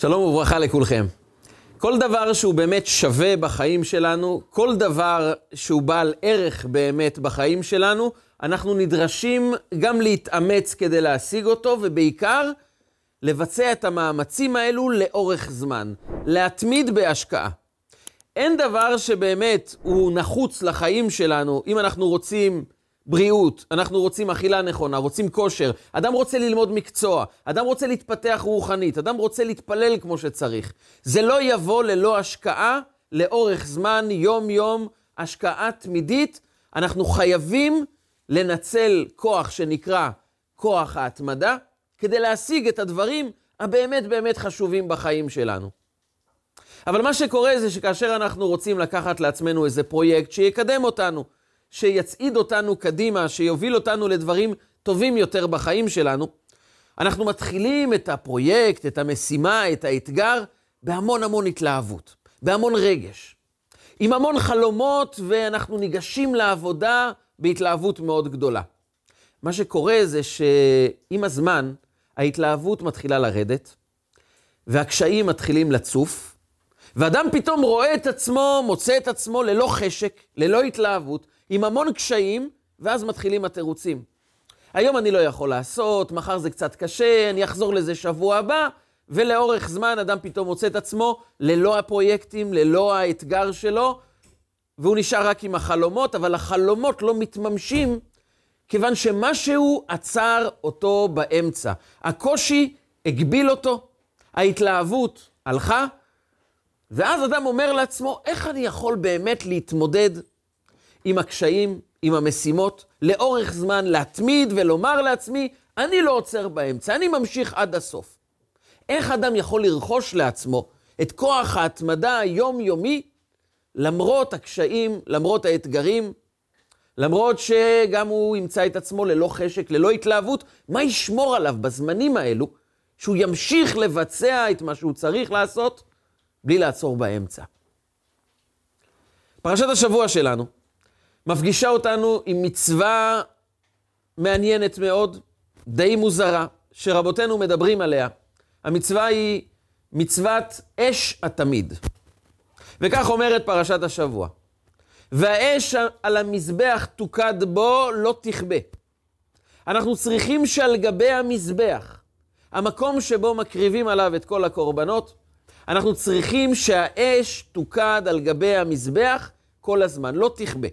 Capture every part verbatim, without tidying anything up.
שלום וברכה לכולכם. כל דבר שהוא באמת שווה בחיים שלנו, כל דבר שהוא בעל ערך באמת בחיים שלנו, אנחנו נדרשים גם להתאמץ כדי להשיג אותו, ובעיקר לבצע את המאמצים האלו לאורך זמן, להתמיד בהשקעה. אין דבר שבאמת הוא נחוץ לחיים שלנו, אם אנחנו רוצים בריאות, אנחנו רוצים אכילה נכונה, רוצים כושר, אדם רוצה ללמוד מקצוע, אדם רוצה להתפתח רוחנית, אדם רוצה להתפלל כמו שצריך. זה לא יבוא ללא השקעה, לאורך זמן, יום יום, השקעה תמידית. אנחנו חייבים לנצל כוח שנקרא כוח ההתמדה, כדי להשיג את הדברים הבאמת באמת חשובים בחיים שלנו. אבל מה שקורה זה שכאשר אנחנו רוצים לקחת לעצמנו איזה פרויקט שיקדם אותנו, שיצעיד אותנו קדימה, שיוביל אותנו לדברים טובים יותר בחיים שלנו, אנחנו מתחילים את הפרויקט, את המשימה, את האתגר, בהמון המון התלהבות, בהמון רגש, עם המון חלומות, ואנחנו ניגשים לעבודה בהתלהבות מאוד גדולה. מה שקורה זה שעם הזמן, ההתלהבות מתחילה לרדת, והקשיים מתחילים לצוף, ואדם פתאום רואה את עצמו, מוצא את עצמו ללא חשק, ללא התלהבות, עם המון קשיים, ואז מתחילים התירוצים. היום אני לא יכול לעשות, מחר זה קצת קשה, אני אחזור לזה שבוע הבא, ולאורך זמן אדם פתאום מוצא את עצמו ללא הפרויקטים, ללא האתגר שלו, והוא נשאר רק עם החלומות, אבל החלומות לא מתממשים, כיוון שמשהו עצר אותו באמצע. הקושי הגביל אותו, ההתלהבות הלכה, ואז אדם אומר לעצמו, איך אני יכול באמת להתמודד עם הקשיים, עם המשימות, לאורך זמן להתמיד ולומר לעצמי, אני לא עוצר באמצע, אני ממשיך עד הסוף. איך אדם יכול לרכוש לעצמו את כוח ההתמדה היומיומי, למרות הקשיים, למרות האתגרים, למרות שגם הוא ימצא את עצמו ללא חשק, ללא התלהבות, מה ישמור עליו בזמנים האלו, שהוא ימשיך לבצע את מה שהוא צריך לעשות, בלי לעצור באמצע. פרשת השבוע שלנו מפגישה אותנו עם מצווה מעניינת מאוד, די מוזרה, שרבותינו מדברים עליה. המצווה היא מצוות אש התמיד. וכך אומרת פרשת השבוע, והאש על המזבח תוקד בו לא תכבה. אנחנו צריכים שעל גבי המזבח, המקום שבו מקריבים עליו את כל הקורבנות, אנחנו צריכים שהאש תוקד על גבי המזבח כל הזמן, לא תכבה.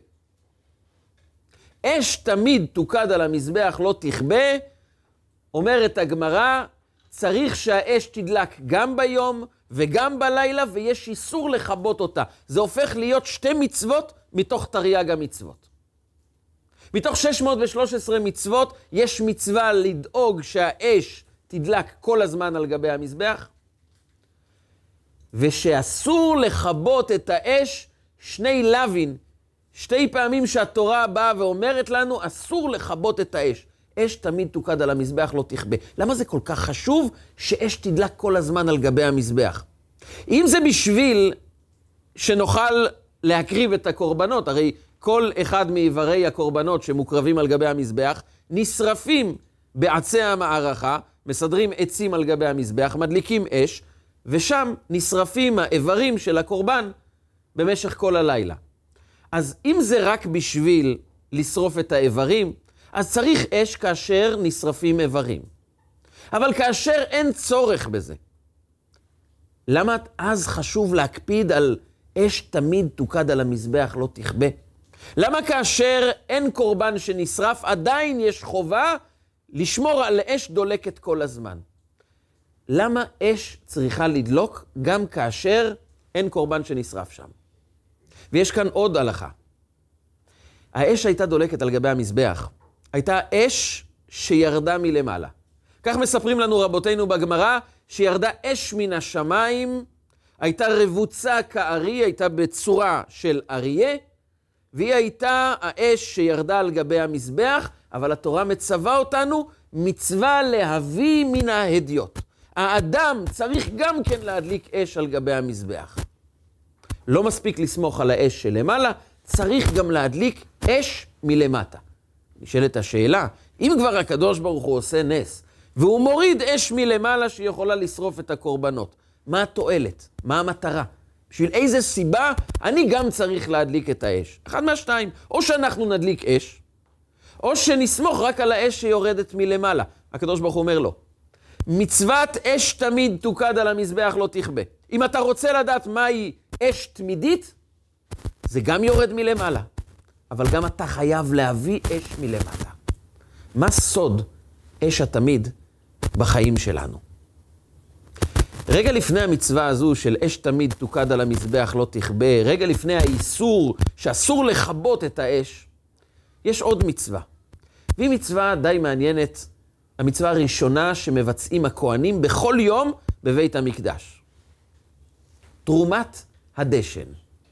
אש תמיד תוקד על המזבח, לא תכבה, אומרת הגמרא, צריך שהאש תדלק גם ביום וגם בלילה, ויש איסור לכבות אותה. זה הופך להיות שתי מצוות מתוך תרי"ג המצוות. מתוך שש מאות ושלוש עשרה מצוות, יש מצווה לדאוג שהאש תדלק כל הזמן על גבי המזבח, ושאסור לכבות את האש שני לוין, שתי פעמים שהתורה באה ואומרת לנו, אסור לכבות את האש. אש תמיד תוקד על המזבח, לא תכבה. למה זה כל כך חשוב שאש תדלק כל הזמן על גבי המזבח? אם זה בשביל שנוכל להקריב את הקורבנות, הרי כל אחד מאיברי הקורבנות שמוקרבים על גבי המזבח, נשרפים בעצי המערכה, מסדרים עצים על גבי המזבח, מדליקים אש, ושם נשרפים האיברים של הקורבן במשך כל הלילה. אז אם זה רק בשביל לשרוף את האיברים, אז צריך אש כאשר נשרפים איברים. אבל כאשר אין צורך בזה, למה אז חשוב להקפיד על אש תמיד תוקד על המזבח, לא תכבה? למה כאשר אין קורבן שנשרף, עדיין יש חובה לשמור על אש דולקת כל הזמן? למה אש צריכה לדלוק גם כאשר אין קורבן שנשרף שם? ויש כאן עוד הלכה. האש הייתה דולקת על גבי המזבח. הייתה אש שירדה מלמעלה. כך מספרים לנו רבותינו בגמרא, שירדה אש מן השמיים, הייתה רבוצה כארי, הייתה בצורה של אריה, והיא הייתה האש שירדה על גבי המזבח, אבל התורה מצווה אותנו מצווה להביא מן ההדיות. האדם צריך גם כן להדליק אש על גבי המזבח. לא מספיק לסמוך על האש שלמעלה, צריך גם להדליק אש מלמטה. נשאלת השאלה, אם כבר הקדוש ברוך הוא עושה נס, והוא מוריד אש מלמעלה שיכולה לשרוף את הקורבנות, מה התועלת? מה המטרה? בשביל איזה סיבה אני גם צריך להדליק את האש? אחד מהשתיים. או שאנחנו נדליק אש, או שנסמוך רק על האש שיורדת מלמעלה. הקדוש ברוך הוא אומר לו, מצוות אש תמיד תוקד על המזבח לא תכבה. אם אתה רוצה לדעת מהי אש תמידית, זה גם יורד מלמעלה. אבל גם אתה חייב להביא אש מלמטה. מה סוד אש התמיד בחיים שלנו? רגע לפני המצווה הזו של אש תמיד תוקד על המזבח לא תכבה, רגע לפני האיסור שאסור לכבות את האש, יש עוד מצווה. והיא מצווה די מעניינת, המצווה הראשונה שמבצעים הכהנים בכל יום בבית המקדש. תרומת הדשן.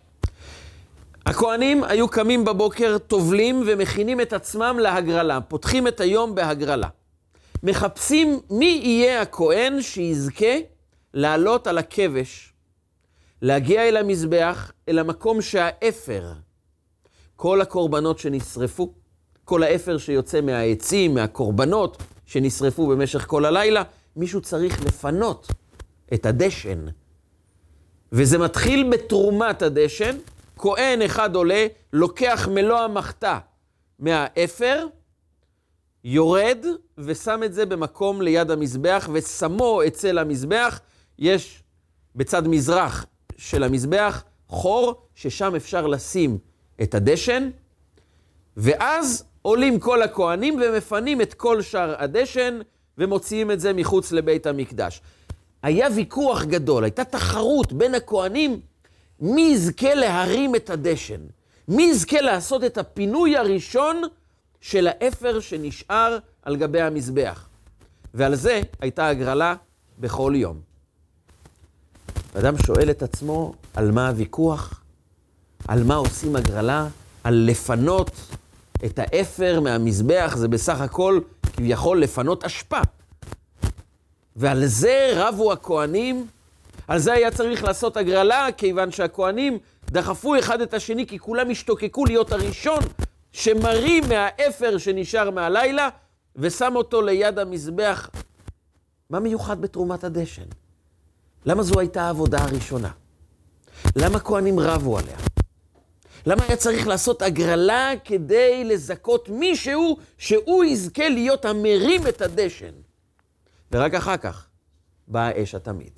הכהנים היו קמים בבוקר, טובלים ומכינים את עצמם להגרלה, פותחים את היום בהגרלה. מחפשים מי יהיה הכהן שיזכה לעלות על הכבש, להגיע אל המזבח, אל המקום שהאפר, כל הקורבנות שנשרפו, כל האפר שיוצא מהעצים, מהקורבנות שנשרפו במשך כל הלילה, מישהו צריך לפנות את הדשן. וזה מתחיל בתרומת הדשן, כהן אחד עולה, לוקח מלוא המחתה מהאפר, יורד ושם את זה במקום ליד המזבח, ושמו אצל המזבח, יש בצד מזרח של המזבח חור, ששם אפשר לשים את הדשן, ואז עולים כל הכהנים ומפנים את כל שאר הדשן, ומוציאים את זה מחוץ לבית המקדש. היה ויכוח גדול, הייתה תחרות בין הכהנים, מי יזכה להרים את הדשן? מי יזכה לעשות את הפינוי הראשון של האפר שנשאר על גבי המזבח? ועל זה הייתה הגרלה בכל יום. האדם שואל את עצמו, על מה הוויכוח? על מה עושים הגרלה? על לפנות את האפר מהמזבח, זה בסך הכל כביכול לפנות אשפה. ועל זה רבו הכהנים, על זה היה צריך לעשות הגרלה, כיוון שהכהנים דחפו אחד את השני, כי כולם השתוקקו להיות הראשון שמרים מהאפר שנשאר מהלילה, ושם אותו ליד המזבח. מה מיוחד בתרומת הדשן? למה זו הייתה העבודה הראשונה? למה כהנים רבו עליה? למה היה צריך לעשות הגרלה כדי לזכות מישהו שהוא יזכה להיות המרים את הדשן? ורק אחר כך באה אש התמיד.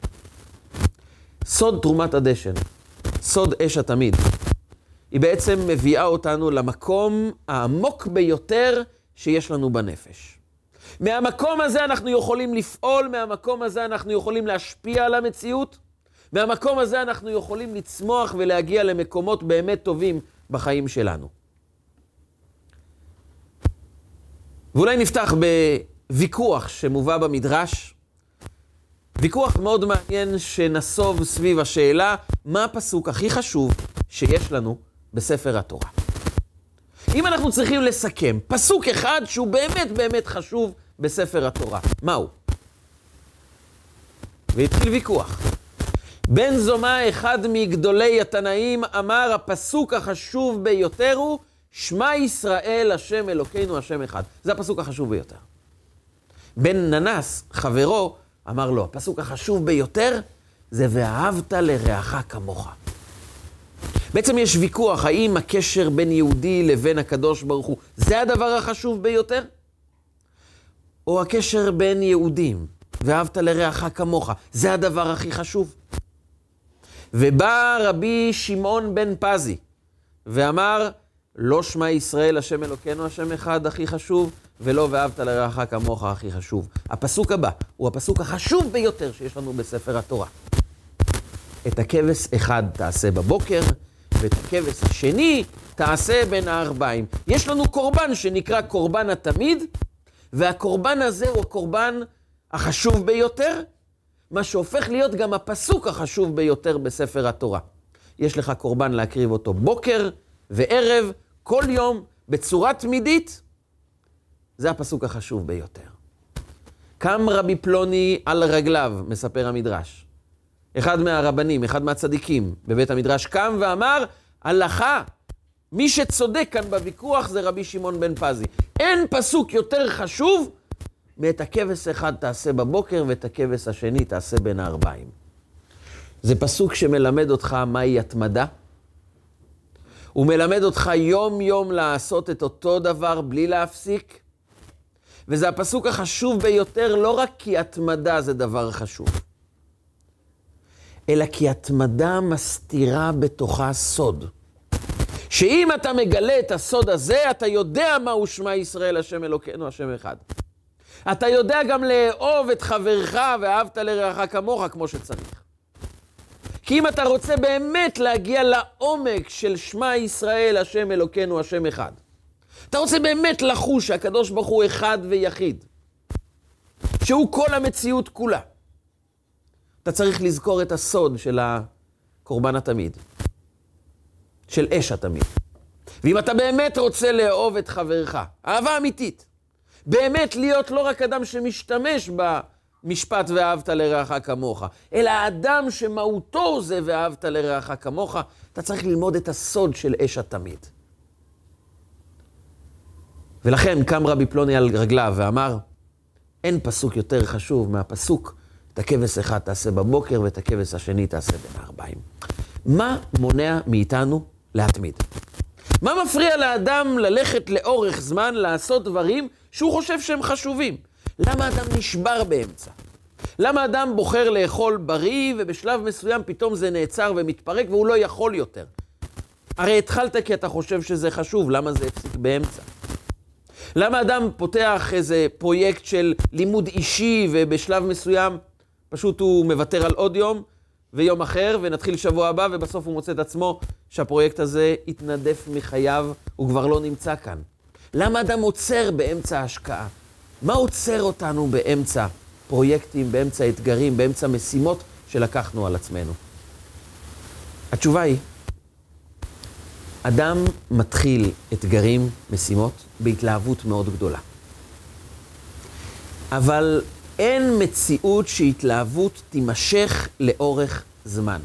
סוד תרומת הדשן, סוד אש התמיד, היא בעצם מביאה אותנו למקום העמוק ביותר שיש לנו בנפש. מהמקום הזה אנחנו יכולים לפעול, מהמקום הזה אנחנו יכולים להשפיע על המציאות, מהמקום הזה אנחנו יכולים לצמוח ולהגיע למקומות באמת טובים בחיים שלנו. ואולי נפתח בוויכוח שמובא במדרש, ויכוח מאוד מעניין שנסוב סביב השאלה, מה הפסוק הכי חשוב שיש לנו בספר התורה. אם אנחנו צריכים לסכם, פסוק אחד שהוא באמת באמת חשוב בספר התורה, מהו? והתחיל ויכוח. בן זומא, אחד מגדולי התנאים, אמר, הפסוק החשוב ביותר הוא, שמע ישראל השם אלוקינו השם אחד. זה הפסוק החשוב ביותר. בן ננס, חברו, אמר לו, הפסוק החשוב ביותר זה ואהבת לרעך כמוך. בעצם יש ויכוח, האם הקשר בין יהודי לבין הקדוש ברוך הוא, זה הדבר החשוב ביותר? או הקשר בין יהודים, ואהבת לרעך כמוך, זה הדבר הכי חשוב? ובא רבי שמעון בן פזי, ואמר, לא שמע ישראל השם אלוקינו השם אחד הכי חשוב, ולא ואהבת לרעך כמוך הכי חשוב. הפסוק הבא הוא הפסוק החשוב ביותר שיש לנו בספר התורה. את הכבש אחד תעשה בבוקר, ואת הכבש השני תעשה בין הארבעים. יש לנו קורבן שנקרא קורבן התמיד, והקורבן הזה הוא הקורבן החשוב ביותר, מה שהופך להיות גם הפסוק החשוב ביותר בספר התורה. יש לך קורבן להקריב אותו בוקר וערב, כל יום, בצורה תמידית, זה הפסוק החשוב ביותר. קם רבי פלוני על רגליו, מספר המדרש. אחד מהרבנים, אחד מהצדיקים בבית המדרש קם ואמר, הלכה, מי שצודק כאן בוויכוח זה רבי שמעון בן פזי. אין פסוק יותר חשוב מאת הכבש אחד תעשה בבוקר, ואת הכבש השני תעשה בין הארבעים. זה פסוק שמלמד אותך מהי התמדה. הוא מלמד אותך יום יום לעשות את אותו דבר בלי להפסיק. וזה הפסוק החשוב ביותר, לא רק כי התמדה זה דבר חשוב, אלא כי התמדה מסתירה בתוכה סוד. שאם אתה מגלה את הסוד הזה, אתה יודע מהו שמע ישראל, השם אלוקינו, השם אחד. אתה יודע גם לאהוב את חברך ואהבת לרעך כמוך כמו שצריך. כי אם אתה רוצה באמת להגיע לעומק של שמע ישראל, השם אלוקינו, השם אחד, אתה רוצה באמת לחוש שהקדוש ברוך הוא אחד ויחיד, שהוא כל המציאות כולה, אתה צריך לזכור את הסוד של הקורבן התמיד, של אש התמיד. ואם אתה באמת רוצה לאהוב את חברך, אהבה אמיתית, באמת להיות לא רק אדם שמשתמש במשפט ואהבת לרעך כמוך, אלא אדם שמהותו זה ואהבת לרעך כמוך, אתה צריך ללמוד את הסוד של אש התמיד. ולכן קם רבי פלוני על רגליו ואמר, אין פסוק יותר חשוב מהפסוק, את הכבש אחד תעשה בבוקר ואת הכבש השני תעשה בין הארבעים. מה מונע מאיתנו להתמיד? מה מפריע לאדם ללכת לאורך זמן לעשות דברים שהוא חושב שהם חשובים? למה אדם נשבר באמצע? למה אדם בוחר לאכול בריא ובשלב מסוים פתאום זה נעצר ומתפרק והוא לא יכול יותר? הרי התחלת כי אתה חושב שזה חשוב, למה זה הפסיק באמצע? למה אדם פותח איזה פרויקט של לימוד אישי ובשלב מסוים פשוט הוא מוותר על עוד יום ויום אחר ונתחיל שבוע הבא ובסוף הוא מוצא את עצמו שהפרויקט הזה התנדף מחייו, הוא כבר לא נמצא כאן? למה אדם עוצר באמצע ההשקעה? מה עוצר אותנו באמצע פרויקטים, באמצע אתגרים, באמצע משימות שלקחנו על עצמנו? התשובה היא, אדם מתחיל אתגרים, משימות, בהתלהבות מאוד גדולה. אבל אין מציאות שהתלהבות תימשך לאורך זמן.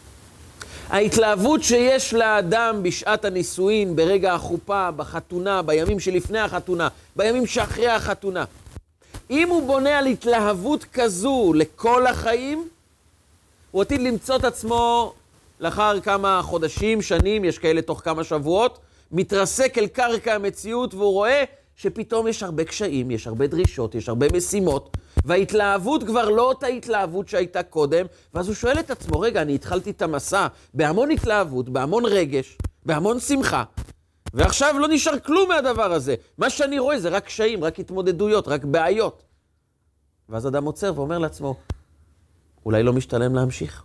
ההתלהבות שיש לאדם בשעת הנישואין, ברגע החופה, בחתונה, בימים שלפני החתונה, בימים שאחרי החתונה, אם הוא בונה על התלהבות כזו לכל החיים, הוא עתיד למצוא את עצמו לאחר כמה חודשים, שנים, יש כאלה תוך כמה שבועות, מתרסק אל קרקע המציאות והוא רואה שפתאום יש הרבה קשיים, יש הרבה דרישות, יש הרבה משימות, וההתלהבות כבר לא אותה התלהבות שהייתה קודם, ואז הוא שואל את עצמו, רגע, אני התחלתי את המסע בהמון התלהבות, בהמון רגש, בהמון שמחה, ועכשיו לא נשאר כלום מהדבר הזה. מה שאני רואה זה רק קשיים, רק התמודדויות, רק בעיות. ואז אדם עוצר ואומר לעצמו, אולי לא משתלם להמשיך.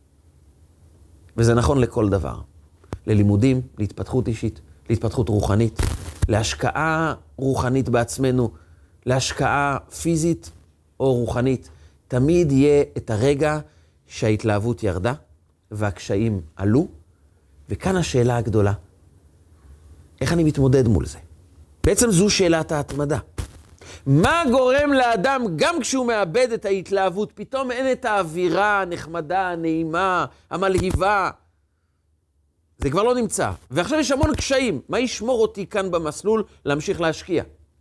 וזה נכון לכל דבר. ללימודים, להתפתחות אישית, להתפתחות רוחנית, להשקעה רוחנית בעצמנו, להשקעה פיזית או רוחנית. תמיד יהיה את הרגע שההתלהבות ירדה והקשיים עלו, וכאן השאלה הגדולה, איך אני מתמודד מול זה? בעצם זו שאלת ההתמדה. מה גורם לאדם, גם כשהוא מאבד את ההתלהבות, פתאום אין את האווירה הנחמדה, הנעימה, המלהיבה, זה כבר לא נמצא. ועכשיו יש המון קשיים. מה ישמור אותי כאן במסלול להמשיך להשקיע?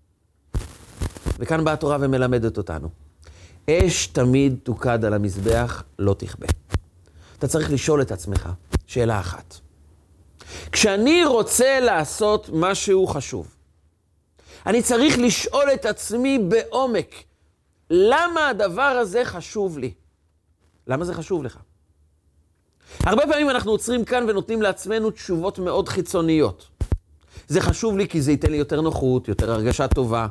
וכאן באה התורה ומלמדת אותנו. אש תמיד תוקד על המזבח, לא תכבה. אתה צריך לשאול את עצמך שאלה אחת. כשאני רוצה לעשות משהו חשוב, אני צריך לשאול את עצמי בעומק, למה הדבר הזה חשוב לי? למה זה חשוב לך? הרבה פעמים אנחנו עוצרים כאן ונותנים לעצמנו תשובות מאוד חיצוניות. זה חשוב לי כי זה ייתן לי יותר נוחות, יותר הרגשה טובה.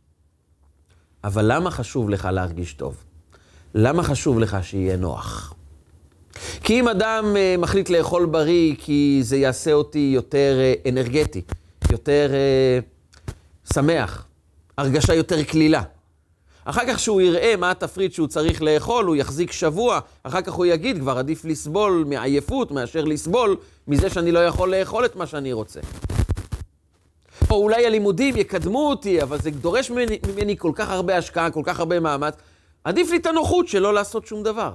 אבל למה חשוב לך להרגיש טוב? למה חשוב לך שיהיה נוח? כי אם אדם uh, מחליט לאכול בריא כי זה יעשה אותי יותר uh, אנרגטי, יותר uh, שמח, הרגשה יותר כלילה. אחר כך שהוא יראה מה התפריט שהוא צריך לאכול, הוא יחזיק שבוע, אחר כך הוא יגיד, כבר עדיף לסבול מעייפות מאשר לסבול מזה שאני לא יכול לאכול את מה שאני רוצה. או אולי הלימודים יקדמו אותי, אבל זה דורש ממני, ממני כל כך הרבה השקעה, כל כך הרבה מאמץ, עדיף לי את הנוחות שלא לעשות שום דבר.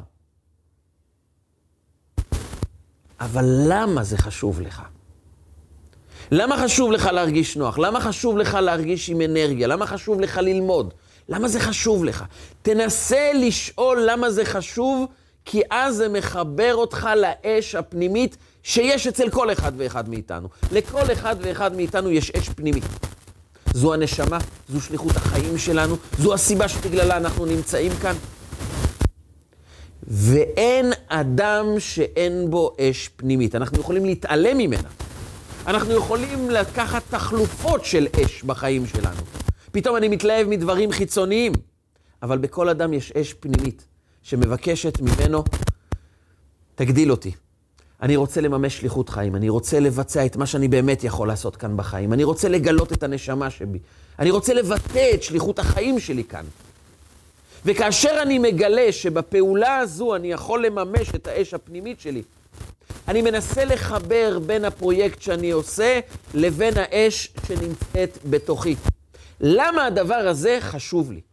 אבל למה זה חשוב לך? למה חשוב לך להרגיש נוח? למה חשוב לך להרגיש עם אנרגיה? למה חשוב לך ללמוד? למה זה חשוב לך? תנסה לשאול למה זה חשוב, כי אז זה מחבר אותך לאש הפנימית שיש אצל כל אחד ואחד מאיתנו. לכל אחד ואחד מאיתנו יש אש פנימית. זו הנשמה, זו שליחות החיים שלנו, זו הסיבה שבגללה אנחנו נמצאים כאן. ואין אדם שאין בו אש פנימית. אנחנו יכולים להתעלם ממנה. אנחנו יכולים לקחת תחלופות של אש בחיים שלנו. פתאום אני מתלהב מדברים חיצוניים, אבל בכל אדם יש אש פנימית שמבקשת ממנו, תגדיל אותי. אני רוצה לממש שליחות חיים, אני רוצה לבצע את מה שאני באמת יכול לעשות כאן בחיים, אני רוצה לגלות את הנשמה שבי, אני רוצה לבטא את שליחות החיים שלי כאן. וכאשר אני מגלה שבפעולה הזו אני יכול לממש את האש הפנימית שלי, אני מנסה לחבר בין הפרויקט שאני עושה לבין האש שנמצאת בתוכי. למה הדבר הזה חשוב לי?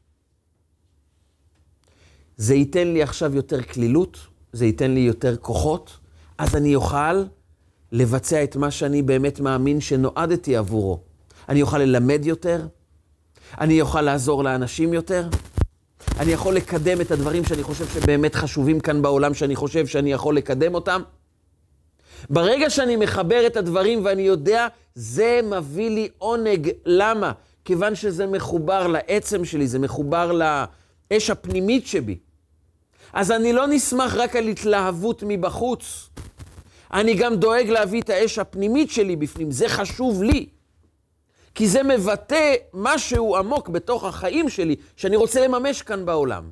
זה ייתן לי עכשיו יותר כלילות, זה ייתן לי יותר כוחות, אז אני אוכל לבצע את מה שאני באמת מאמין שנועדתי עבורו. אני אוכל ללמד יותר, אני אוכל לעזור לאנשים יותר, אני יכול לקדם את הדברים שאני חושב שבאמת חשובים כאן בעולם, שאני חושב שאני יכול לקדם אותם. ברגע שאני מחבר את הדברים ואני יודע, זה מביא לי עונג. למה? כיוון שזה מחובר לעצם שלי, זה מחובר לאש הפנימית שבי. אז אני לא נשמח רק על התלהבות מבחוץ. אני גם דואג להביא את האש הפנימית שלי בפנים. זה חשוב לי. כי זה מבטא משהו עמוק בתוך החיים שלי, שאני רוצה לממש כאן בעולם.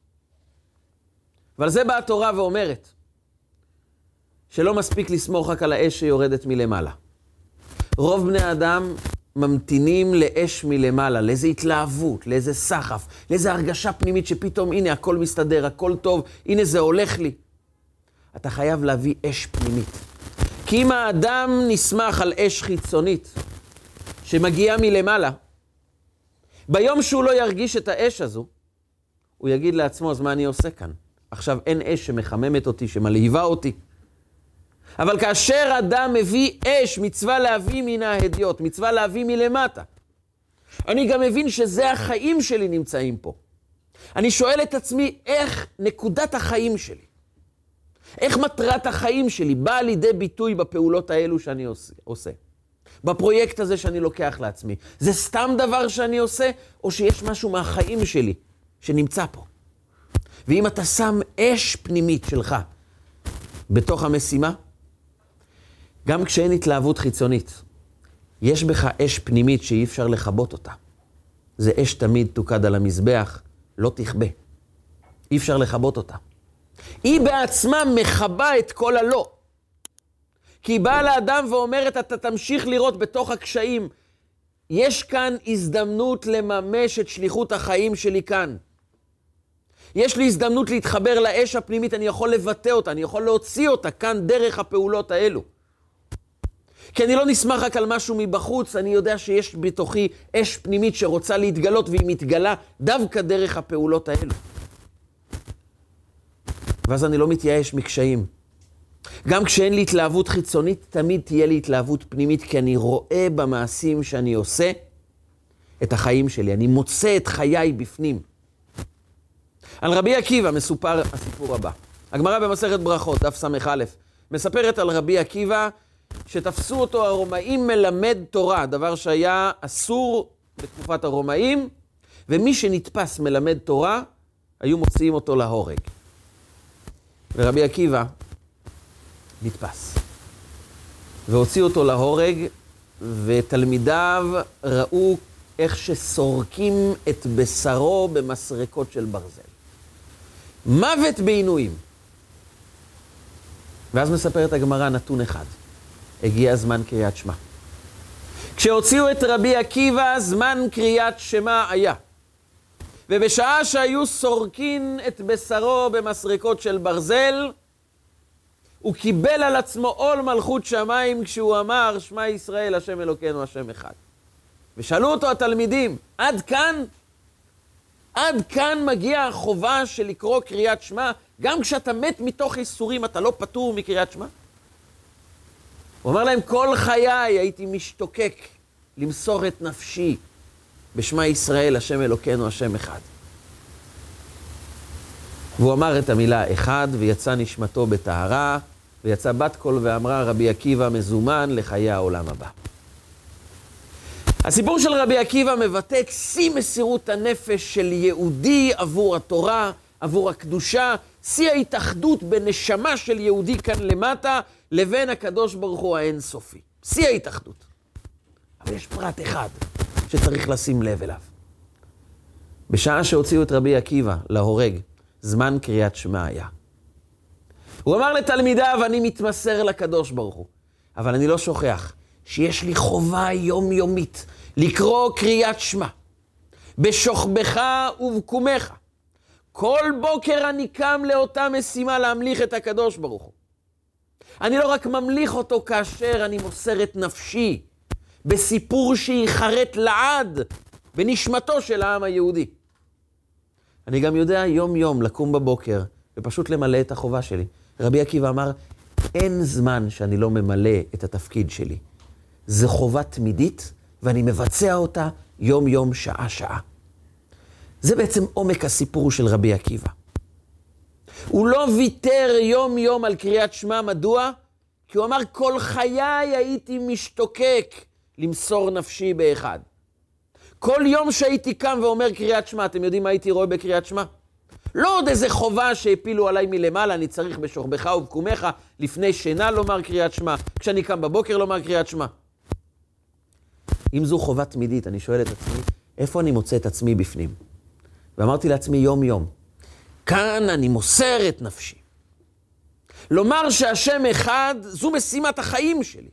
אבל זה באה התורה ואומרת, שלא מספיק לסמוך רק על האש שיורדת מלמעלה. רוב בני האדם ממתינים לאש מלמעלה, לאיזו התלהבות, לאיזה סחף, לאיזו הרגשה פנימית שפתאום הנה הכל מסתדר, הכל טוב, הנה זה הולך לי. אתה חייב להביא אש פנימית. כי אם האדם נסמך על אש חיצונית שמגיעה מלמעלה, ביום שהוא לא ירגיש את האש הזו, הוא יגיד לעצמו, אז מה אני עושה כאן? עכשיו אין אש שמחממת אותי, שמלהיבה אותי. אבל כאשר אדם מביא אש, מצווה להביא מן ההדיות, מצווה להביא מלמטה. אני גם מבין שזה החיים שלי נמצאים פה. אני שואל את עצמי, איך נקודת החיים שלי, איך מטרת החיים שלי באה לידי ביטוי בפעולות האלו שאני עושה? בפרויקט הזה שאני לוקח לעצמי. זה סתם דבר שאני עושה, או שיש משהו מהחיים שלי שנמצא פה? ואם אתה שם אש פנימית שלך בתוך המשימה, גם כשאין התלהבות חיצונית, יש בך אש פנימית שאי אפשר לכבות אותה. זה אש תמיד תוקד על המזבח, לא תכבה. אי אפשר לכבות אותה. היא בעצמה מחבה את כל הלא. כי היא באה לאדם ואומרת, אתה תמשיך לראות בתוך הקשיים, יש כאן הזדמנות לממש את שליחות החיים שלי כאן. יש לי הזדמנות להתחבר לאש הפנימית, אני יכול לבטא אותה, אני יכול להוציא אותה כאן דרך הפעולות האלו. כי אני לא נשמח רק על משהו מבחוץ, אני יודע שיש בתוכי אש פנימית שרוצה להתגלות, והיא מתגלה דווקא דרך הפעולות האלו. ואז אני לא מתייאש מקשיים. גם כשאין לי התלהבות חיצונית, תמיד תהיה לי התלהבות פנימית, כי אני רואה במעשים שאני עושה את החיים שלי. אני מוצא את חיי בפנים. על רבי עקיבא מסופר הסיפור הבא. הגמרא במסכת ברכות, דף סמך א', מספרת על רבי עקיבא שתפסו אותו הרומאים מלמד תורה, דבר שהיה אסור בתקופת הרומאים, ומי שנתפס מלמד תורה, היו מוציאים אותו להורג. ורבי עקיבא נתפס. והוציאו אותו להורג, ותלמידיו ראו איך שסורקים את בשרו במסרקות של ברזל. מוות בעינויים. ואז מספרת הגמרא נתון אחד. הגיע זמן קריאת שמע. כשהוציאו את רבי עקיבא, זמן קריאת שמע היה. ובשעה שהיו סורקין את בשרו במסרקות של ברזל, הוא קיבל על עצמו עול מלכות שמיים כשהוא אמר, שמע ישראל, השם אלוקינו, השם אחד. ושאלו אותו התלמידים, עד כאן? עד כאן מגיע החובה של לקרוא קריאת שמע? גם כשאתה מת מתוך איסורים, אתה לא פטור מקריאת שמע? הוא אומר להם, כל חיי הייתי משתוקק למסור את נפשי בשמה ישראל, השם אלוקינו, השם אחד. והוא אמר את המילה אחד, ויצא נשמתו בטהרה, ויצא בת קול ואמרה, רבי עקיבא מזומן לחיי העולם הבא. הסיפור של רבי עקיבא מבטא שיא מסירות הנפש של יהודי עבור התורה, עבור הקדושה, שיא ההתאחדות בנשמה של יהודי כאן למטה, לבין הקדוש ברוך הוא האינסופי. שיא ההתאחדות. אבל יש פרט אחד שצריך לשים לב אליו. בשעה שהוציאו את רבי עקיבא להורג, זמן קריאת שמע היה. הוא אמר לתלמידיו, אני מתמסר לקדוש ברוך הוא, אבל אני לא שוכח שיש לי חובה יומיומית לקרוא קריאת שמע, בשוכבך ובקומך. כל בוקר אני קם לאותה משימה להמליך את הקדוש ברוך הוא. אני לא רק ממליך אותו כאשר אני מוסר את נפשי, בסיפור שיחרט לעד בנשמתו של העם היהודי. אני גם יודע יום יום לקום בבוקר ופשוט למלא את החובה שלי. רבי עקיבא אמר, אין זמן שאני לא ממלא את התפקיד שלי. זו חובה תמידית ואני מבצע אותה יום יום, שעה שעה. זה בעצם עומק הסיפור של רבי עקיבא. הוא לא ויתר יום יום על קריאת שמע, מדוע? כי הוא אמר, כל חיי הייתי משתוקק למסור נפשי באחד. כל יום שהייתי קם ואומר קריאת שמע, אתם יודעים מה הייתי רואה בקריאת שמע? לא עוד איזה חובה שהפילו עליי מלמעלה, אני צריך בשוכבך ובקומך לפני שינה לומר קריאת שמע, כשאני קם בבוקר לומר קריאת שמע. אם זו חובה תמידית, אני שואל את עצמי, איפה אני מוצא את עצמי בפנים? ואמרתי לעצמי יום יום, כאן אני מוסר את נפשי. לומר שהשם אחד, זו משימת החיים שלי.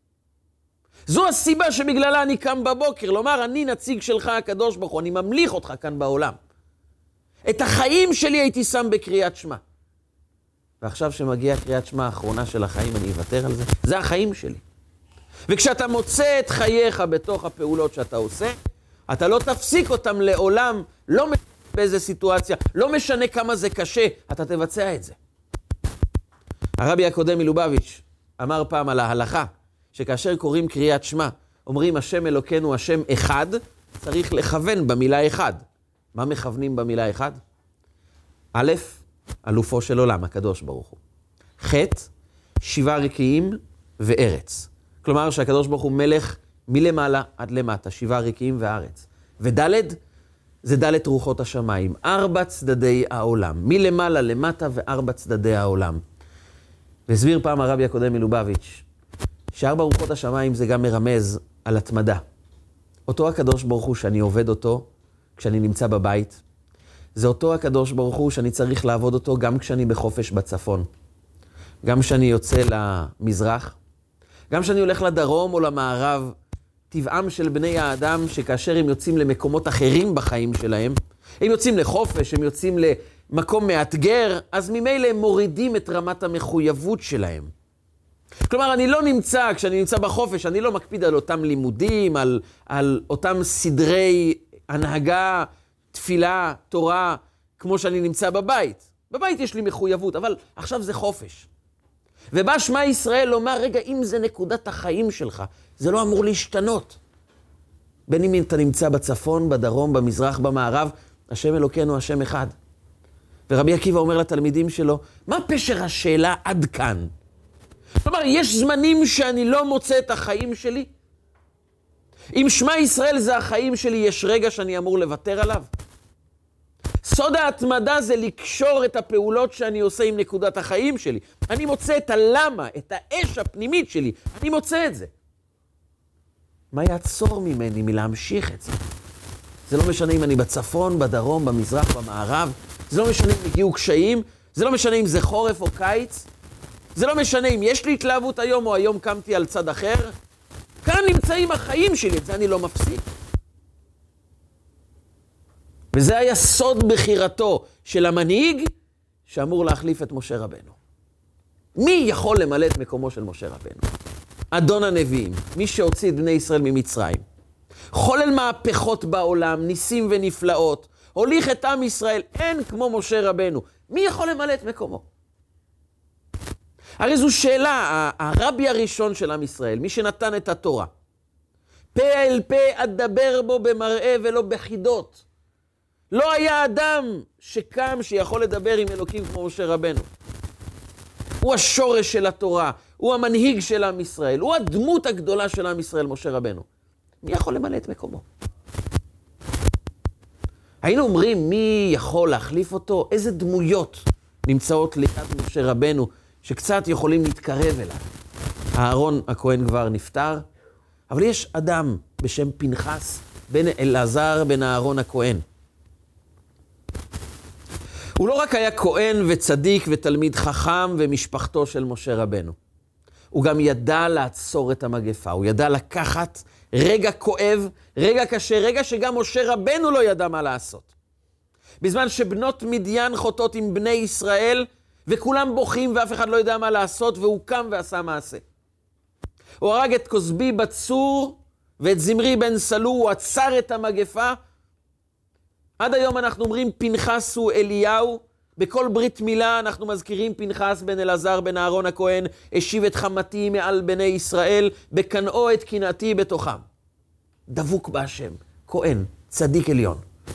זו הסיבה שבגללה אני קם בבוקר, לומר אני נציג שלך הקדוש ברוך הוא, אני ממליך אותך כאן בעולם. את החיים שלי הייתי שם בקריאת שמע. ועכשיו שמגיעה קריאת שמע האחרונה של החיים, אני אוותר על זה. זה החיים שלי. וכשאתה מוצא את חייך בתוך הפעולות שאתה עושה, אתה לא תפסיק אותם לעולם, לא משנה באיזה סיטואציה, לא משנה כמה זה קשה, אתה תבצע את זה. הרבי הקודם מלובביץ' אמר פעם על ההלכה, שכאשר קוראים קריאת שמע, אומרים השם אלוקינו השם אחד, צריך לכוון במילה אחד. מה מכוונים במילה אחד? א', אלופו של עולם, הקדוש ברוך הוא. ח', שבעה רקיעים וארץ. כלומר שהקדוש ברוך הוא מלך מלמעלה עד למטה, שבעה רקיעים וארץ. וד', זה ד' רוחות השמיים, ארבע צדדי העולם, מלמעלה למטה וארבע צדדי העולם. והסביר פעם הרבי הקודם מלובביץ', שארבע רוחות השמיים זה גם מרמז על התמדה. אותו הקדוש ברוך הוא שאני עובד אותו כשאני נמצא בבית, זה אותו הקדוש ברוך הוא שאני צריך לעבוד אותו גם כשאני בחופש בצפון, גם כשאני יוצא למזרח, גם כשאני הולך לדרום או למערב. טבעם של בני האדם שכאשר הם יוצאים למקומות אחרים בחיים שלהם, הם יוצאים לחופש, הם יוצאים למקום מאתגר, אז ממילא הם מורידים את רמת המחויבות שלהם. כלומר, אני לא נמצא, כשאני נמצא בחופש, אני לא מקפיד על אותם לימודים, על, על אותם סדרי הנהגה, תפילה, תורה, כמו שאני נמצא בבית. בבית יש לי מחויבות, אבל עכשיו זה חופש. ובא שמע ישראל לומר, רגע, אם זה נקודת החיים שלך, זה לא אמור להשתנות. בין אם אתה נמצא בצפון, בדרום, במזרח, במערב, השם אלוקינו, השם אחד. ורבי עקיבא אומר לתלמידים שלו, מה פשר השאלה עד כאן? כלומר, יש זמנים שאני לא מוצא את החיים שלי? אם שמע ישראל זה החיים שלי, יש רגע שאני אמור לוותר עליו? סוד ההתמדה זה לקשור את הפעולות שאני עושה עם נקודת החיים שלי. אני מוצא את הלמה, את האש הפנימית שלי. אני מוצא את זה. מה יעצור ממני מלהמשיך את זה? זה לא משנה אם אני בצפון, בדרום, במזרח, במערב. זה לא משנה אם הגיעו קשיים. זה לא משנה אם זה חורף או קיץ. זה לא משנה אם יש לי התלהבות היום או היום קמתי על צד אחר. כאן נמצאים החיים שלי, את זה אני לא מפסיק. וזה היה סוד בחירתו של המנהיג שאמור להחליף את משה רבנו. מי יכול למלא את מקומו של משה רבנו? אדון הנביאים, מי שהוציא את בני ישראל ממצרים. חולל מהפכות בעולם, ניסים ונפלאות, הוליך את עם ישראל, אין כמו משה רבנו. מי יכול למלא את מקומו? הרי זו שאלה, הרבי הראשון של עם ישראל, מי שנתן את התורה. פ פה אל פה אדבר בו במראה ולא בחידות. לא היה אדם שקם שיכול לדבר עם אלוקים כמו משה רבנו. הוא השורש של התורה, הוא המנהיג של עם ישראל, הוא הדמות הגדולה של עם ישראל, משה רבנו. מי יכול למלא את מקומו? היינו אומרים מי יכול להחליף אותו? איזה דמויות נמצאות ליד משה רבנו שקצת יכולים להתקרב אליו? אהרון הכהן כבר נפטר, אבל יש אדם בשם פנחס בן אלעזר בן אהרון הכהן. הוא לא רק היה כהן וצדיק ותלמיד חכם ומשפחתו של משה רבנו. הוא גם ידע לעצור את המגפה, הוא ידע לקחת רגע כואב, רגע קשה, רגע שגם משה רבנו לא ידע מה לעשות. בזמן שבנות מדיין חוטאות עם בני ישראל, וכולם בוכים ואף אחד לא יודע מה לעשות, והוא קם ועשה מעשה. הוא הרג את כוסבי בצור, ואת זמרי בן סלו, הוא עצר את המגפה. עד היום אנחנו אומרים פנחס הוא אליהו, בכל ברית מילה אנחנו מזכירים פנחס בן אלעזר בן אהרון הכהן, השיב את חמתי מעל בני ישראל, בקנאו את קנאתי בתוכם. דבוק בהשם, כהן, צדיק עליון.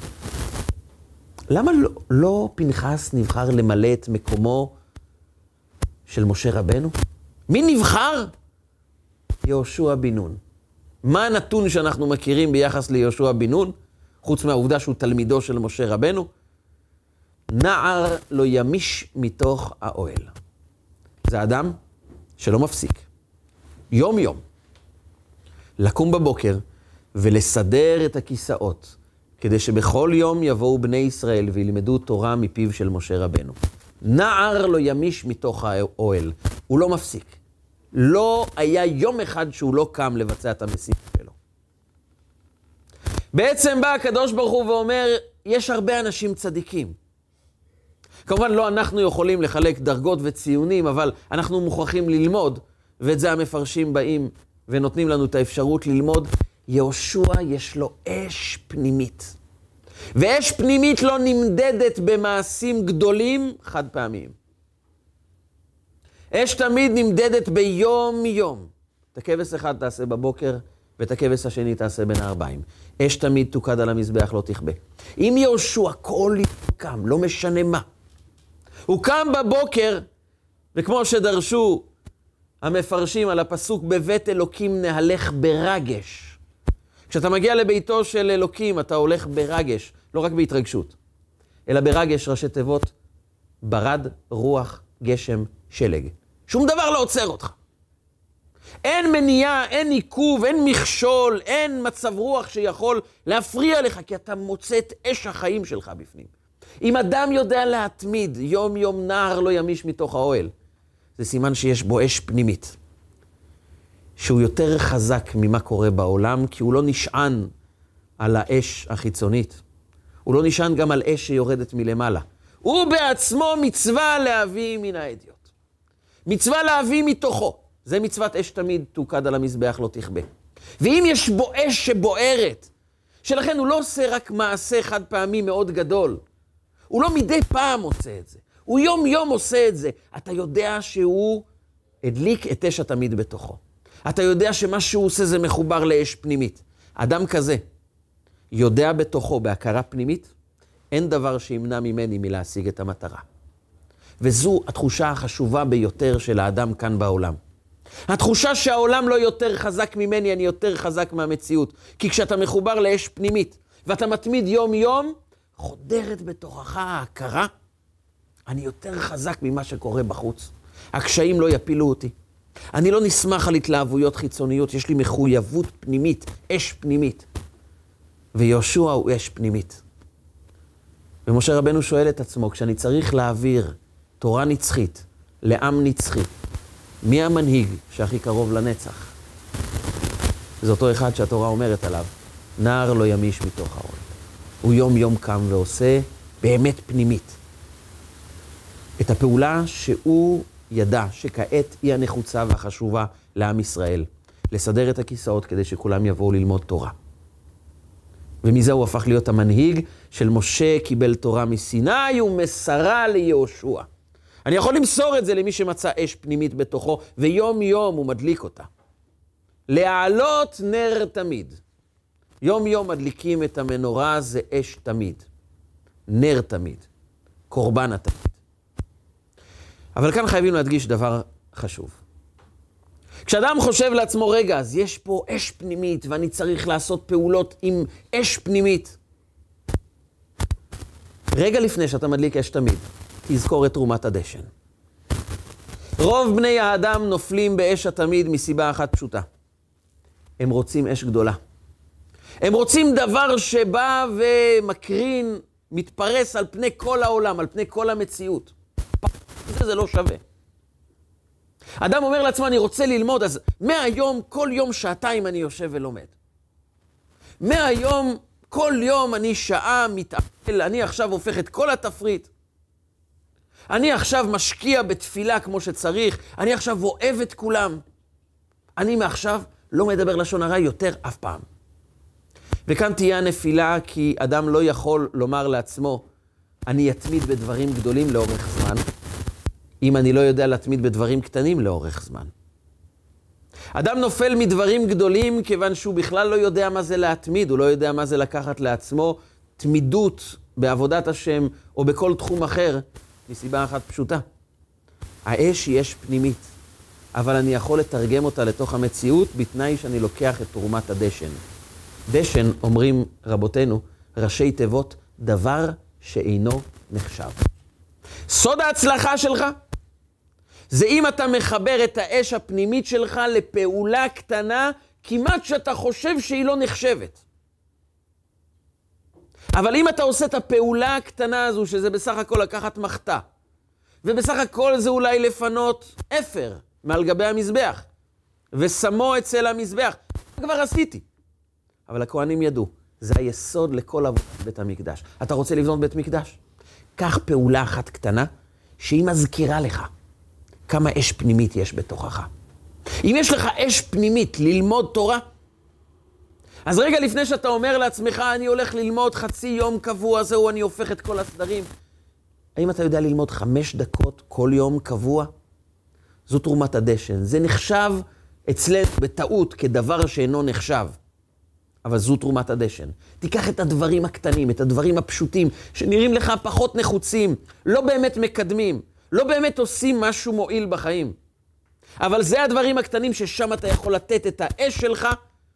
למה לא, לא פנחס נבחר למלא את מקומו של משה רבנו? מי נבחר? יהושע בן נון. מה הנתון שאנחנו מכירים ביחס ליהושע בן נון? חוץ מהעובדה שהוא תלמידו של משה רבנו? נער לא ימיש מתוך האוהל. זה אדם שלא מפסיק. יום יום. לקום בבוקר ולסדר את הכיסאות, כדי שבכל יום יבואו בני ישראל וילמדו תורה מפיו של משה רבנו. נער לא ימיש מתוך האוהל. הוא לא מפסיק. לא היה יום אחד שהוא לא קם לבצע את המשימה שלו. בעצם בא הקדוש ברוך הוא ואומר, יש הרבה אנשים צדיקים. כמובן לא אנחנו יכולים לחלק דרגות וציונים, אבל אנחנו מוכרחים ללמוד, ואת זה המפרשים באים ונותנים לנו את האפשרות ללמוד. יהושע יש לו אש פנימית. ואש פנימית לא נמדדת במעשים גדולים חד פעמיים. אש תמיד נמדדת ביום יום. את הכבש אחד תעשה בבוקר, ואת הכבש השני תעשה בין הארבעים. אש תמיד תוקד על המזבח, לא תכבה. אם יהושע כל קם, לא משנה מה. הוא קם בבוקר, וכמו שדרשו המפרשים על הפסוק, בבית אלוקים נהלך ברגש. כשאתה מגיע לביתו של אלוקים, אתה הולך ברגש, לא רק בהתרגשות, אלא ברגש ראשי תיבות, ברד, רוח, גשם, שלג. שום דבר לא עוצר אותך. אין מניעה, אין עיכוב, אין מכשול, אין מצב רוח שיכול להפריע לך, כי אתה מוצא את אש החיים שלך בפנים. אם אדם יודע להתמיד, יום יום נער לא ימיש מתוך האוהל, זה סימן שיש בו אש פנימית. שהוא יותר חזק ממה קורה בעולם, כי הוא לא נשען על האש החיצונית. הוא לא נשען גם על אש שיורדת מלמעלה. הוא בעצמו מצווה להביא מן האדיוט. מצווה להביא מתוכו. זה מצוות אש תמיד תוקד על המזבח, לא תכבה. ואם יש בו אש שבוערת, שלכן הוא לא עושה רק מעשה חד פעמי מאוד גדול. הוא לא מדי פעם עושה את זה. הוא יום יום עושה את זה. אתה יודע שהוא הדליק את אש התמיד בתוכו. אתה יודע שמה שהוא עושה זה מחובר לאש פנימית. אדם כזה יודע בתוכו, בהכרה פנימית, אין דבר שימנע ממני מלהשיג את המטרה. וזו התחושה החשובה ביותר של האדם כאן בעולם. התחושה שהעולם לא יותר חזק ממני, אני יותר חזק מהמציאות. כי כשאתה מחובר לאש פנימית, ואתה מתמיד יום יום, חודרת בתוכך ההכרה, אני יותר חזק ממה שקורה בחוץ. הקשיים לא יפילו אותי. אני לא נשמח על התלהבויות חיצוניות, יש לי מחויבות פנימית, אש פנימית. ויהושע הוא אש פנימית. ומשה רבנו שואל את עצמו, כשאני צריך להעביר תורה נצחית לעם נצחי, מי המנהיג שהכי קרוב לנצח? זה אותו אחד שהתורה אומרת עליו, נער לא ימיש מתוך האוהל. הוא יום יום קם ועושה באמת פנימית. את הפעולה שהוא ידע שכעת היא הנחוצה והחשובה לעם ישראל, לסדר את הכיסאות כדי שכולם יבואו ללמוד תורה. ומזה הוא הפך להיות המנהיג של משה קיבל תורה מסיני ומסרה ליהושע. אני יכול למסור את זה למי שמצא אש פנימית בתוכו, ויום יום הוא מדליק אותה. להעלות נר תמיד. יום יום מדליקים את המנורה, זה אש תמיד. נר תמיד. קורבן התמיד. אבל כאן חייבים להדגיש דבר חשוב. כשאדם חושב לעצמו, רגע, אז יש פה אש פנימית, ואני צריך לעשות פעולות עם אש פנימית. רגע לפני שאתה מדליק אש תמיד, תזכור את תרומת הדשן. רוב בני האדם נופלים באש התמיד מסיבה אחת פשוטה. הם רוצים אש גדולה. הם רוצים דבר שבא ומקרין, מתפרס על פני כל העולם, על פני כל המציאות. זה, זה לא שווה. אדם אומר לעצמו, אני רוצה ללמוד, אז מהיום, כל יום שעתיים אני יושב ולומד. מהיום, כל יום אני שעה מתאפל, אני עכשיו הופך את כל התפריט. אני עכשיו משקיע בתפילה כמו שצריך, אני עכשיו אוהב את כולם. אני מעכשיו לא מדבר לשון הרע יותר אף פעם. וכאן תהיה הנפילה, כי אדם לא יכול לומר לעצמו, אני אתמיד בדברים גדולים לאורך זמן, אם אני לא יודע להתמיד בדברים קטנים לאורך זמן. אדם נופל מדברים גדולים כיוון שהוא בכלל לא יודע מה זה להתמיד, הוא לא יודע מה זה לקחת לעצמו תמידות בעבודת השם או בכל תחום אחר, מסיבה אחת פשוטה. האש היא אש פנימית, אבל אני יכול לתרגם אותה לתוך המציאות בתנאי שאני לוקח את תרומת הדשן. דשן, אומרים רבותינו, ראשי תיבות, דבר שאינו נחשב. סוד ההצלחה שלך, זה אם אתה מחבר את האש הפנימית שלך לפעולה קטנה, כמעט שאתה חושב שהיא לא נחשבת. אבל אם אתה עושה את הפעולה הקטנה הזו, שזה בסך הכל לקחת מחתה, ובסך הכל זה אולי לפנות אפר מעל גבי המזבח, ושמו אצל המזבח, כבר עשיתי. אבל הכהנים ידעו, זה היסוד לכל עבודת בית המקדש. אתה רוצה לבנות בית מקדש? קח פעולה אחת קטנה, שהיא מזכירה לך כמה אש פנימית יש בתוכך. אם יש לך אש פנימית ללמוד תורה, אז רגע לפני שאתה אומר לעצמך, אני הולך ללמוד חצי יום קבוע, זהו, אני הופך את כל הסדרים. האם אתה יודע ללמוד חמש דקות כל יום קבוע? זו תרומת הדשן. זה נחשב אצלנו בטעות כדבר שאינו נחשב. אבל זו תרומת הדשן. תיקח את הדברים הקטנים, את הדברים הפשוטים, שנראים לך פחות נחוצים, לא באמת מקדמים, לא באמת עושים משהו מועיל בחיים. אבל זה הדברים הקטנים ששם אתה יכול לתת את האש שלך,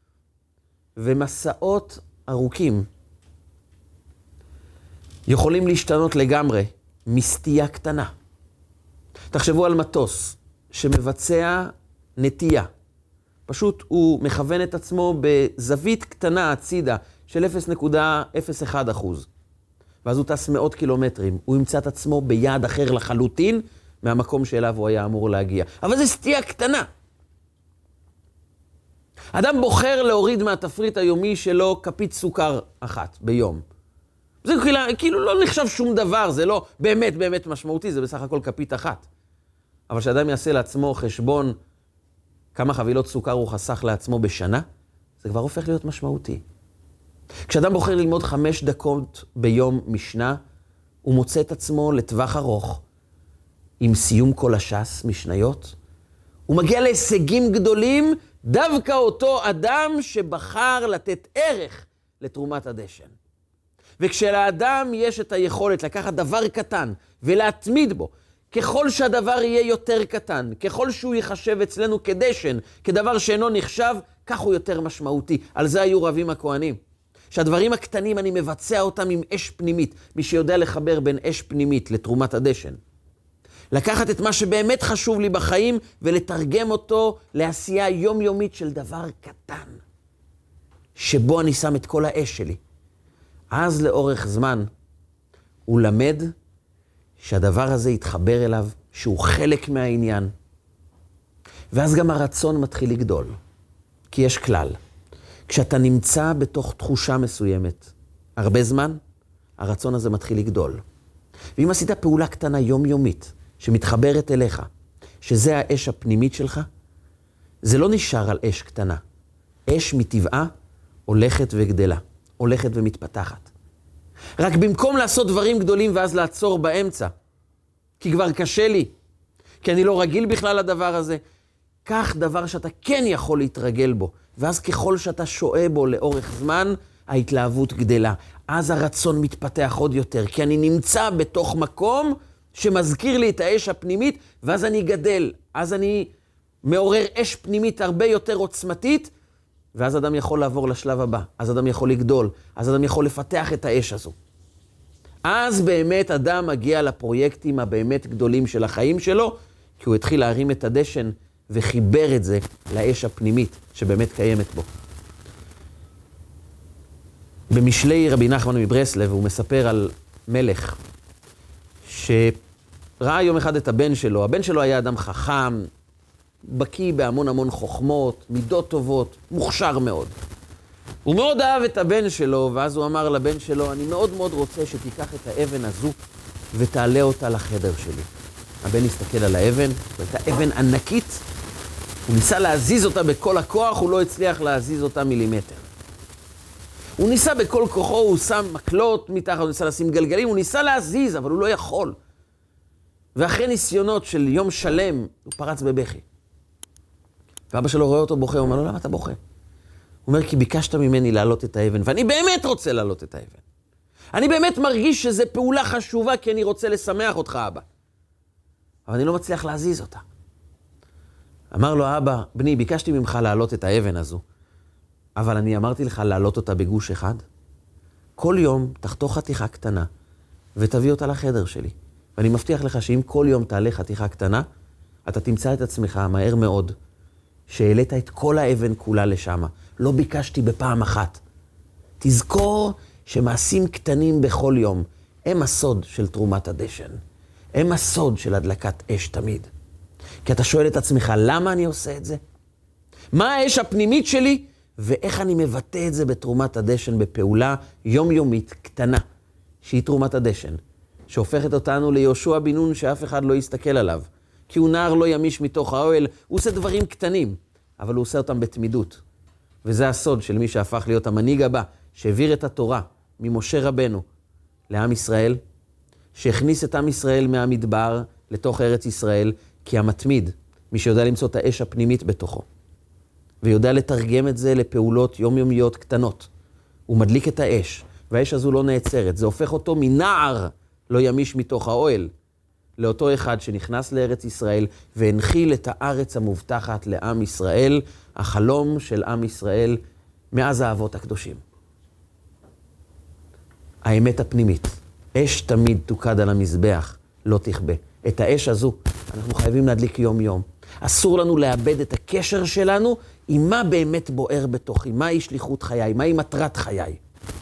ומסעות ארוכים יכולים להשתנות לגמרי מסטייה קטנה. תחשבו על מטוס שמבצע נטייה. פשוט הוא מכוון את עצמו בזווית קטנה הצידה של אפס נקודה אפס אחת אחוז. ואז הוא טס מאות קילומטרים. הוא ימצא את עצמו ביעד אחר לחלוטין מהמקום שאליו הוא היה אמור להגיע. אבל זה סטייה קטנה. אדם בוחר להוריד מהתפריט היומי שלו כפית סוכר אחת ביום. זה כאילו, כאילו לא נחשב שום דבר, זה לא באמת באמת משמעותי, זה בסך הכל כפית אחת. אבל כשאדם יעשה לעצמו חשבון כמה חבילות סוכר הוא חסך לעצמו בשנה, זה כבר הופך להיות משמעותי. כשאדם בוחר ללמוד חמש דקות ביום משנה, הוא מוצא את עצמו לטווח ארוך, עם סיום כל הש"ס, משניות, הוא מגיע להישגים גדולים, דווקא אותו אדם שבחר לתת ערך לתרומת הדשן. וכשלאדם יש את היכולת לקחת דבר קטן ולהתמיד בו, ככל שהדבר יהיה יותר קטן, ככל שהוא יחשב אצלנו כדשן, כדבר שאינו נחשב, כך הוא יותר משמעותי. על זה היו רבים הכהנים. שהדברים הקטנים אני מבצע אותם עם אש פנימית, מי שיודע לחבר בין אש פנימית לתרומת הדשן. לקחת את מה שבאמת חשוב לי בחיים ולתרגם אותו לעשייה יומיומית של דבר קטן, שבו אני שם את כל האש שלי. אז לאורך זמן הוא למד שהדבר הזה יתחבר אליו, שהוא חלק מהעניין. ואז גם הרצון מתחיל לגדול. כי יש כלל. כשאתה נמצא בתוך תחושה מסוימת, הרבה זמן, הרצון הזה מתחיל לגדול. ואם עשית פעולה קטנה יומיומית, שמתחברת אליך, שזה האש הפנימית שלך, זה לא נשאר על אש קטנה. אש מטבעה הולכת וגדלה, הולכת ומתפתחת. רק במקום לעשות דברים גדולים ואז לעצור באמצע, כי כבר קשה לי, כי אני לא רגיל בכלל לדבר הזה, קח דבר שאתה כן יכול להתרגל בו, ואז ככל שאתה שואה בו לאורך זמן, ההתלהבות גדלה. אז הרצון מתפתח עוד יותר, כי אני נמצא בתוך מקום שמזכיר לי את האש הפנימית, ואז אני גדל, אז אני מעורר אש פנימית הרבה יותר עוצמתית, ואז אדם יכול לעבור לשלב הבא, אז אדם יכול לגדול, אז אדם יכול לפתח את האש הזו. אז באמת אדם מגיע לפרויקטים הבאמת גדולים של החיים שלו, כי הוא התחיל להרים את הדשן וחיבר את זה לאש הפנימית שבאמת קיימת בו. במשלי רבי נחמן מברסלב הוא מספר על מלך שראה יום אחד את הבן שלו. הבן שלו היה אדם חכם, בקיא בהמון המון חוכמות, מידות טובות, מוכשר מאוד. הוא מאוד אהב את הבן שלו, ואז הוא אמר לבן שלו, אני מאוד מאוד רוצה שתיקח את האבן הזו ותעלה אותה לחדר שלי. הבן הסתכל על האבן, זו הייתה אבן ענקית, הוא ניסה להזיז אותה בכל הכוח, הוא לא הצליח להזיז אותה מילימטר. הוא ניסה בכל כוחו, הוא שם מקלות מתחת, הוא ניסה לשים גלגלים, הוא ניסה להזיז, אבל הוא לא יכול. ואחרי ניסיונות של יום שלם, הוא פרץ בבכי. ואבא שלו רואה אותו בוכה, הוא אומר לו, למה אתה בוכה? הוא אומר, כי ביקשת ממני להעלות את האבן, ואני באמת רוצה להעלות את האבן. אני באמת מרגיש שזו פעולה חשובה, כי אני רוצה לשמח אותך, אבא. אבל אני לא מצליח להזיז אותה. אמר לו, אבא, בני, ביקשתי ממך להעלות את האבן הזו, אבל אני אמרתי לך להעלות אותה בגוש אחד. כל יום תחתוך חתיכה קטנה, ותביא אותה לחדר שלי. ואני מבטיח לך שאם כל יום תעלה חתיכה קטנה, אתה תמצא את עצמך מהר מאוד, שהעלית את כל האבן כולה לשם. לא ביקשתי בפעם אחת. תזכור שמעשים קטנים בכל יום הם הסוד של תרומת הדשן. הם הסוד של הדלקת אש תמיד. כי אתה שואל את עצמך, למה אני עושה את זה? מה האש הפנימית שלי? ואיך אני מבטא את זה בתרומת הדשן בפעולה יומיומית קטנה, שהיא תרומת הדשן, שהופכת אותנו ליהושע בן נון שאף אחד לא יסתכל עליו. כי הוא נער לא ימיש מתוך האוהל, הוא עושה דברים קטנים, אבל הוא עושה אותם בתמידות. וזה הסוד של מי שהפך להיות המנהיג הבא, שהעביר את התורה ממשה רבנו לעם ישראל, שהכניס את עם ישראל מהמדבר לתוך ארץ ישראל, כי המתמיד, מי שיודע למצוא את האש הפנימית בתוכו, ויודע לתרגם את זה לפעולות יומיומיות קטנות, הוא מדליק את האש, והאש הזו לא נעצרת. זה הופך אותו מנער לא ימיש מתוך האוהל, לאותו אחד שנכנס לארץ ישראל והנחיל את הארץ המובטחת לעם ישראל, החלום של עם ישראל מאז האבות הקדושים. האמת הפנימית, אש תמיד תוקד על המזבח, לא תכבה. את האש הזו אנחנו חייבים להדליק יום יום. אסור לנו לאבד את הקשר שלנו עם מה באמת בוער בתוכי, מהי שליחות חיי, מהי מטרת חיי.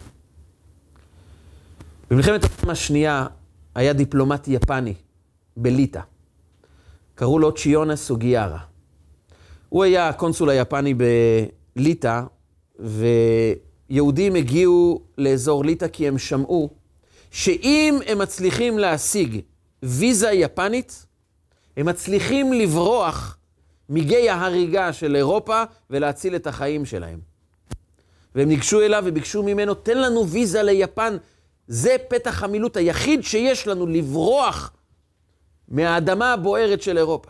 במלחמת העולם השנייה היה דיפלומט יפני בליטא. קראו לו צ'יונה סוגיארה. הוא היה הקונסול היפני בליטא, ויהודים הגיעו לאזור ליטא כי הם שמעו שאם הם מצליחים להשיג ויזה יפנית, הם מצליחים לברוח מגיא ההריגה של אירופה ולהציל את החיים שלהם. והם ניגשו אליו וביקשו ממנו, תן לנו ויזה ליפן, זה פתח המילוט היחיד שיש לנו לברוח מהאדמה הבוערת של אירופה.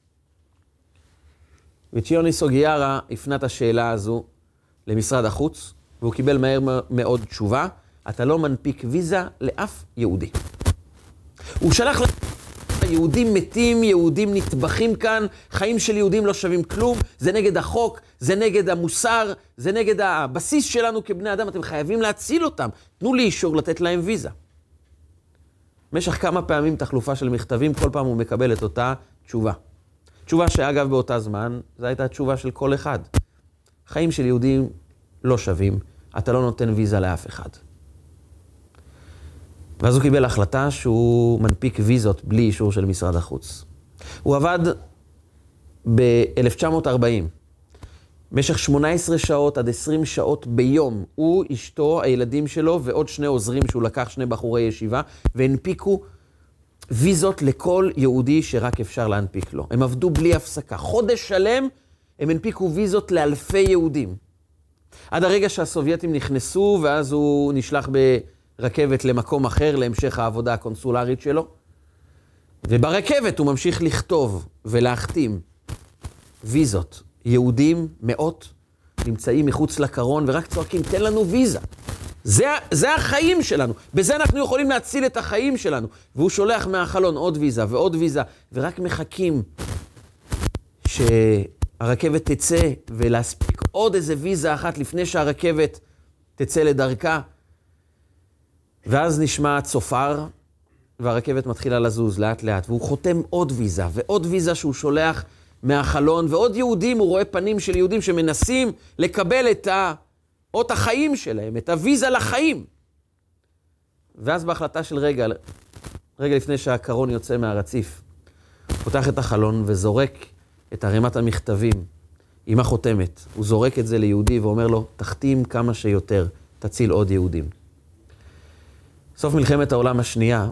וצ'יונה סוגיארה הפנה את השאלה הזו למשרד החוץ, והוא קיבל מהר מאוד תשובה, אתה לא מנפיק ויזה לאף יהודי. הוא שלח ליהודים מתים, יהודים נטבחים כאן, חיים של יהודים לא שווים כלום, זה נגד החוק, זה נגד המוסר, זה נגד הבסיס שלנו כבני אדם, אתם חייבים להציל אותם, תנו לי אישור לתת להם ויזה. במשך כמה פעמים תחלופה של מכתבים, כל פעם הוא מקבל את אותה תשובה. תשובה שאגב באותה זמן, זו הייתה התשובה של כל אחד. חיים של יהודים לא שווים, אתה לא נותן ויזה לאף אחד. ואז הוא קיבל החלטה שהוא מנפיק ויזות בלי אישור של משרד החוץ. הוא עבד ב-אלף תשע מאות ארבעים, במשך שמונה עשרה שעות עד עשרים שעות ביום, הוא, אשתו, הילדים שלו ועוד שני עוזרים שהוא לקח, שני בחורי ישיבה, והנפיקו ויזות לכל יהודי שרק אפשר להנפיק לו. הם עבדו בלי הפסקה. חודש שלם הם הנפיקו ויזות לאלפי יהודים. עד הרגע שהסובייטים נכנסו, ואז הוא נשלח ברכבת למקום אחר, להמשך העבודה הקונסולרית שלו. וברכבת הוא ממשיך לכתוב ולהחתים. ויזות. יהודים, מאות, נמצאים מחוץ לקרון ורק צועקים, תן לנו ויזה. זה, זה החיים שלנו. בזה אנחנו יכולים להציל את החיים שלנו. והוא שולח מהחלון עוד ויזה ועוד ויזה, ורק מחכים שהרכבת תצא ולהספיק עוד איזה ויזה אחת לפני שהרכבת תצא לדרכה. ואז נשמע צופר, והרכבת מתחילה לזוז לאט לאט, והוא חותם עוד ויזה ועוד ויזה שהוא שולח מהחלון, ועוד יהודים, הוא רואה פנים של יהודים שמנסים לקבל את אות החיים שלהם, את הוויזה לחיים. ואז בהחלטה של רגע, רגע לפני שהקרון יוצא מהרציף, הוא פותח את החלון וזורק את ערימת המכתבים עם החותמת. הוא זורק את זה ליהודי ואומר לו, תחתים כמה שיותר, תציל עוד יהודים. סוף מלחמת העולם השנייה,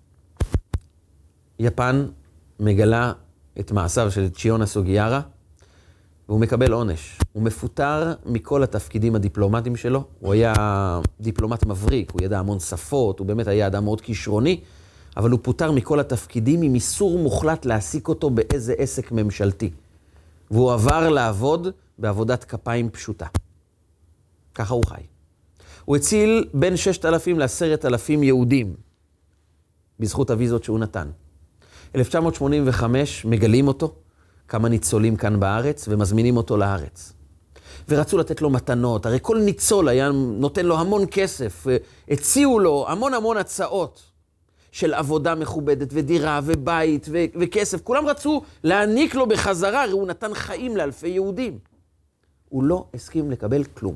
יפן מגלה את מעשיו של צ'יונה סוגיארה, והוא מקבל עונש. הוא מפוטר מכל התפקידים הדיפלומטיים שלו. הוא היה דיפלומט מבריק, הוא ידע המון שפות, הוא באמת היה אדם מאוד כישרוני, אבל הוא פוטר מכל התפקידים עם איסור מוחלט להעסיק אותו באיזה עסק ממשלתי. והוא עבר לעבוד בעבודת כפיים פשוטה. ככה הוא חי. הוא הציל בין ששת אלפים לעשרת אלפים יהודים, בזכות הוויזות שהוא נתן. אלף תשע מאות שמונים וחמש מגלים אותו, כמה ניצולים כאן בארץ, ומזמינים אותו לארץ. ורצו לתת לו מתנות, הרי כל ניצול היה נותן לו המון כסף, הציעו לו המון המון הצעות של עבודה מכובדת, ודירה, ובית, ו- וכסף. כולם רצו להעניק לו בחזרה, הרי הוא נתן חיים לאלפי יהודים. הוא לא הסכים לקבל כלום.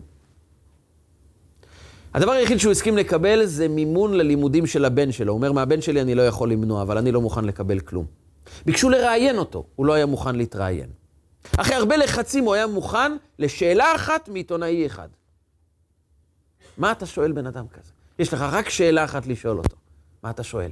הדבר היחיד שהוא הסכים לקבל זה מימון ללימודים של הבן שלו. הוא אומר, מהבן שלי אני לא יכול למנוע, אבל אני לא מוכן לקבל כלום. ביקשו לראיין אותו, הוא לא היה מוכן להתראיין. אחרי הרבה לחצים הוא היה מוכן לשאלה אחת מעיתונאי אחד. מה אתה שואל בן אדם כזה? יש לך רק שאלה אחת לשאול אותו. מה אתה שואל?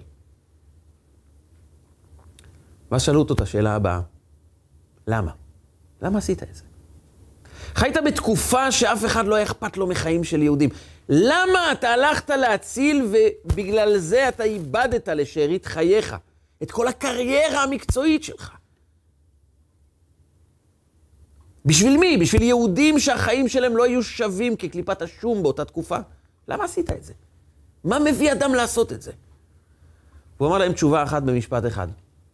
ואז שאלו אותו את השאלה הבאה. למה? למה עשית את זה? חיית בתקופה שאף אחד לא אכפת לו מחיים של יהודים. למה אתה הלכת להציל ובגלל זה אתה איבדת לשארית חייך? את כל הקריירה המקצועית שלך. בשביל מי? בשביל יהודים שהחיים שלהם לא היו שווים כקליפת השום באותה תקופה? למה עשית את זה? מה מביא אדם לעשות את זה? הוא אמר להם תשובה אחת במשפט אחד.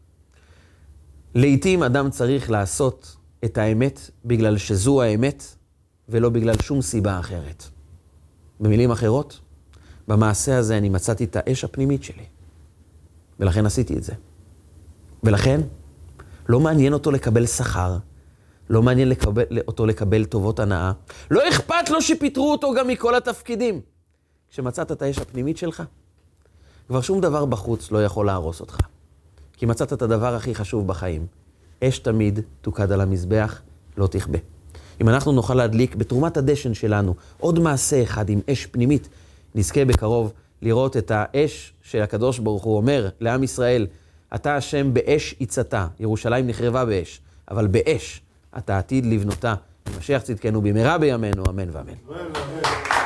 לעתים אדם צריך לעשות את האמת בגלל שזו האמת, ולא בגלל שום סיבה אחרת. במילים אחרות, במעשה הזה אני מצאתי את האש הפנימית שלי. ולכן עשיתי את זה. ולכן, לא מעניין אותו לקבל שכר, לא מעניין לקבל, אותו לקבל טובות הנאה, לא אכפת לו שפיטרו אותו גם מכל התפקידים. כשמצאת את האש הפנימית שלך, כבר שום דבר בחוץ לא יכול להרוס אותך. כי מצאת את הדבר הכי חשוב בחיים. אש תמיד תוקד על המזבח, לא תכבה. אם אנחנו נוכל להדליק בתרומת הדשן שלנו עוד מעשה אחד עם אש פנימית, נזכה בקרוב לראות את האש שהקדוש ברוך הוא אומר לעם ישראל, אתה השם באש יצאתה, ירושלים נחרבה באש, אבל באש אתה עתיד לבנותה, משיח צדקנו במהרה בימינו, אמן ואמן.